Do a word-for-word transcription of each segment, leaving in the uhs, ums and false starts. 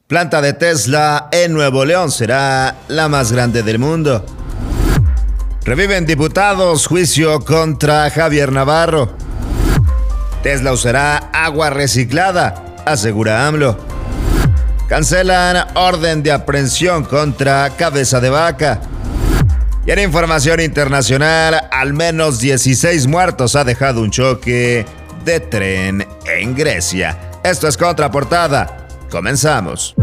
Planta de Tesla en Nuevo León será la más grande del mundo. Reviven diputados juicio contra Javier Navarro. Tesla usará agua reciclada, asegura AMLO. Cancelan orden de aprehensión contra Cabeza de Vaca. Y en información internacional, al menos dieciséis muertos ha dejado un choque de tren en Grecia. Esto es Contraportada. Comenzamos.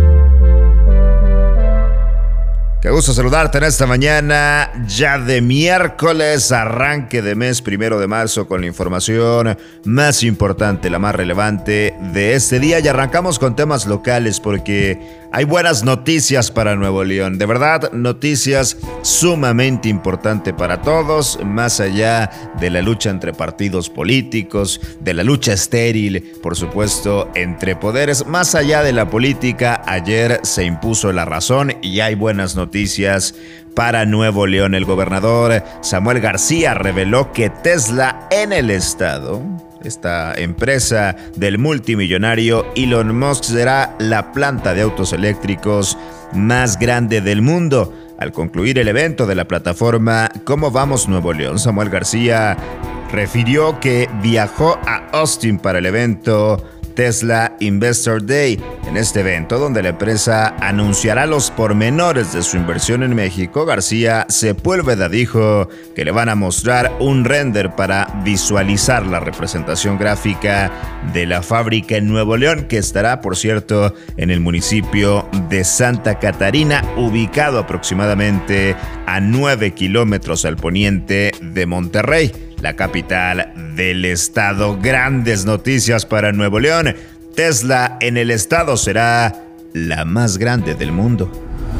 Qué gusto saludarte en esta mañana, ya de miércoles, arranque de mes primero de marzo, con la información más importante, la más relevante de este día. Y arrancamos con temas locales porque hay buenas noticias para Nuevo León. De verdad, noticias sumamente importantes para todos, más allá de la lucha entre partidos políticos, de la lucha estéril, por supuesto, entre poderes. Más allá de la política, ayer se impuso la razón y hay buenas noticias. Noticias para Nuevo León. El gobernador Samuel García reveló que Tesla en el estado, esta empresa del multimillonario Elon Musk, será la planta de autos eléctricos más grande del mundo. Al concluir el evento de la plataforma ¿Cómo vamos Nuevo León?, Samuel García refirió que viajó a Austin para el evento Tesla Investor Day. En este evento, donde la empresa anunciará los pormenores de su inversión en México, García Sepúlveda dijo que le van a mostrar un render para visualizar la representación gráfica de la fábrica en Nuevo León, que estará, por cierto, en el municipio de Santa Catarina, ubicado aproximadamente a nueve kilómetros al poniente de Monterrey, la capital del estado. Grandes noticias para Nuevo León. Tesla en el estado será la más grande del mundo.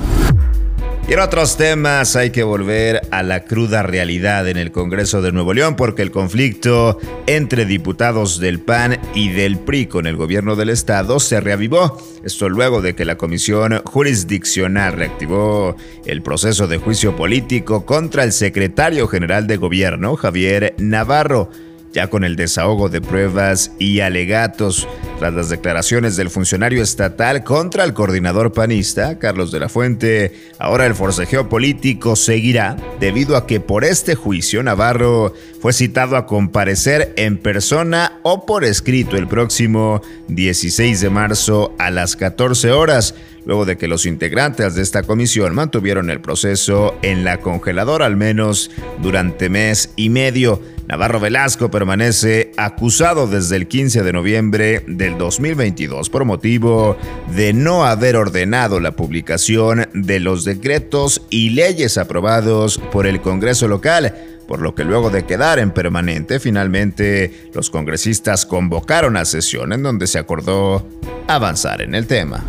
Y en otros temas, hay que volver a la cruda realidad en el Congreso de Nuevo León, porque el conflicto entre diputados del P A N y del P R I con el gobierno del estado se reavivó. Esto luego de que la Comisión Jurisdiccional reactivó el proceso de juicio político contra el secretario general de gobierno, Javier Navarro, ya con el desahogo de pruebas y alegatos tras las declaraciones del funcionario estatal contra el coordinador panista, Carlos de la Fuente. Ahora el forcejeo político seguirá, debido a que por este juicio Navarro fue citado a comparecer en persona o por escrito el próximo dieciséis de marzo a las catorce horas, luego de que los integrantes de esta comisión mantuvieron el proceso en la congeladora al menos durante mes y medio. Navarro Velasco permanece acusado desde el quince de noviembre del dos mil veintidós por motivo de no haber ordenado la publicación de los decretos y leyes aprobados por el Congreso local, por lo que luego de quedar en permanente, finalmente los congresistas convocaron a sesión en donde se acordó avanzar en el tema.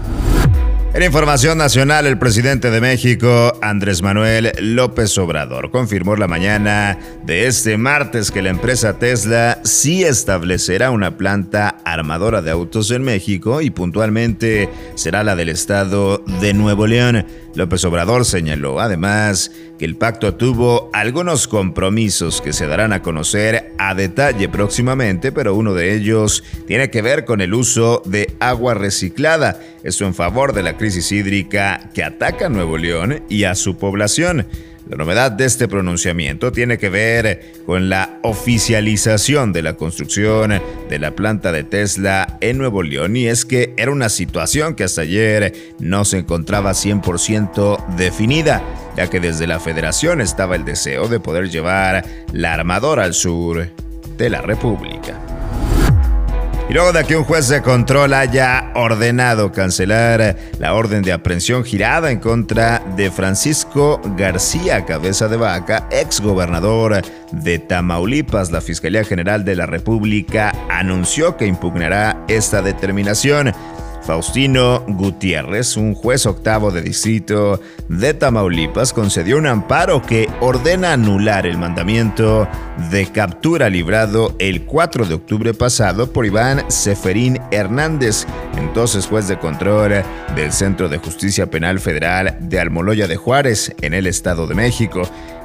En información nacional, el presidente de México, Andrés Manuel López Obrador, confirmó la mañana de este martes que la empresa Tesla sí establecerá una planta armadora de autos en México y puntualmente será la del estado de Nuevo León. López Obrador señaló además que el pacto tuvo algunos compromisos que se darán a conocer a detalle próximamente, pero uno de ellos tiene que ver con el uso de agua reciclada, esto en favor de la crisis hídrica que ataca a Nuevo León y a su población. La novedad de este pronunciamiento tiene que ver con la oficialización de la construcción de la planta de Tesla en Nuevo León, y es que era una situación que hasta ayer no se encontraba cien por ciento definida, ya que desde la Federación estaba el deseo de poder llevar la armadora al sur de la República. Y luego de que un juez de control haya ordenado cancelar la orden de aprehensión girada en contra de Francisco García Cabeza de Vaca, exgobernador de Tamaulipas, la Fiscalía General de la República anunció que impugnará esta determinación. Faustino Gutiérrez, un juez octavo de distrito de Tamaulipas, concedió un amparo que ordena anular el mandamiento de captura librado el cuatro de octubre pasado por Iván Seferín Hernández, entonces juez de control del Centro de Justicia Penal Federal de Almoloya de Juárez, en el Estado de México.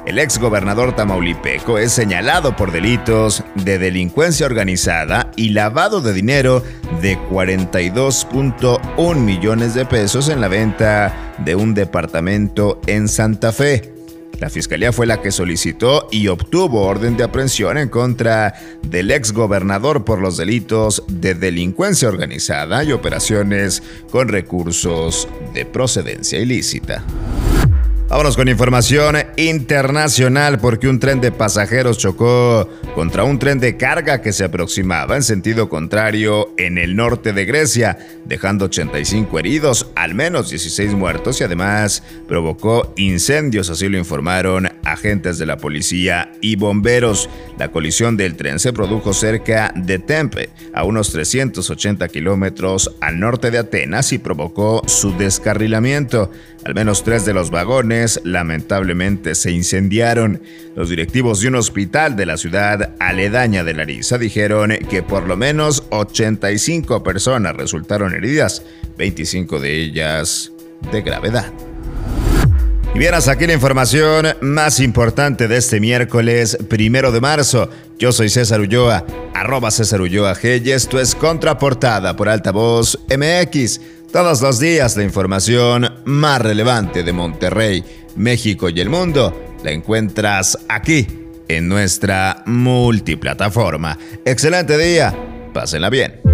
el exgobernador tamaulipeco es señalado por delitos de delincuencia organizada y lavado de dinero de cuarenta y dos punto uno millones de pesos en la venta de un departamento en Santa Fe. La fiscalía fue la que solicitó y obtuvo orden de aprehensión en contra del exgobernador por los delitos de delincuencia organizada y operaciones con recursos de procedencia ilícita. Vámonos con información internacional porque un tren de pasajeros chocó contra un tren de carga que se aproximaba en sentido contrario en el norte de Grecia, dejando ochenta y cinco heridos, al menos dieciséis muertos y además provocó incendios, así lo informaron agentes de la policía y bomberos. La colisión del tren se produjo cerca de Tempe, a unos trescientos ochenta kilómetros al norte de Atenas y provocó su descarrilamiento. Al menos tres de los vagones lamentablemente se incendiaron. Los directivos de un hospital de la ciudad aledaña de Larisa dijeron que por lo menos ochenta y cinco personas resultaron heridas, veinticinco de ellas de gravedad. Y bien, hasta aquí la información más importante de este miércoles primero de marzo. Yo soy César Ulloa, arroba César Ulloa G, y esto es Contraportada por Altavoz M X. Todos los días la información más relevante de Monterrey, México y el mundo la encuentras aquí en nuestra multiplataforma. Excelente día, pásenla bien.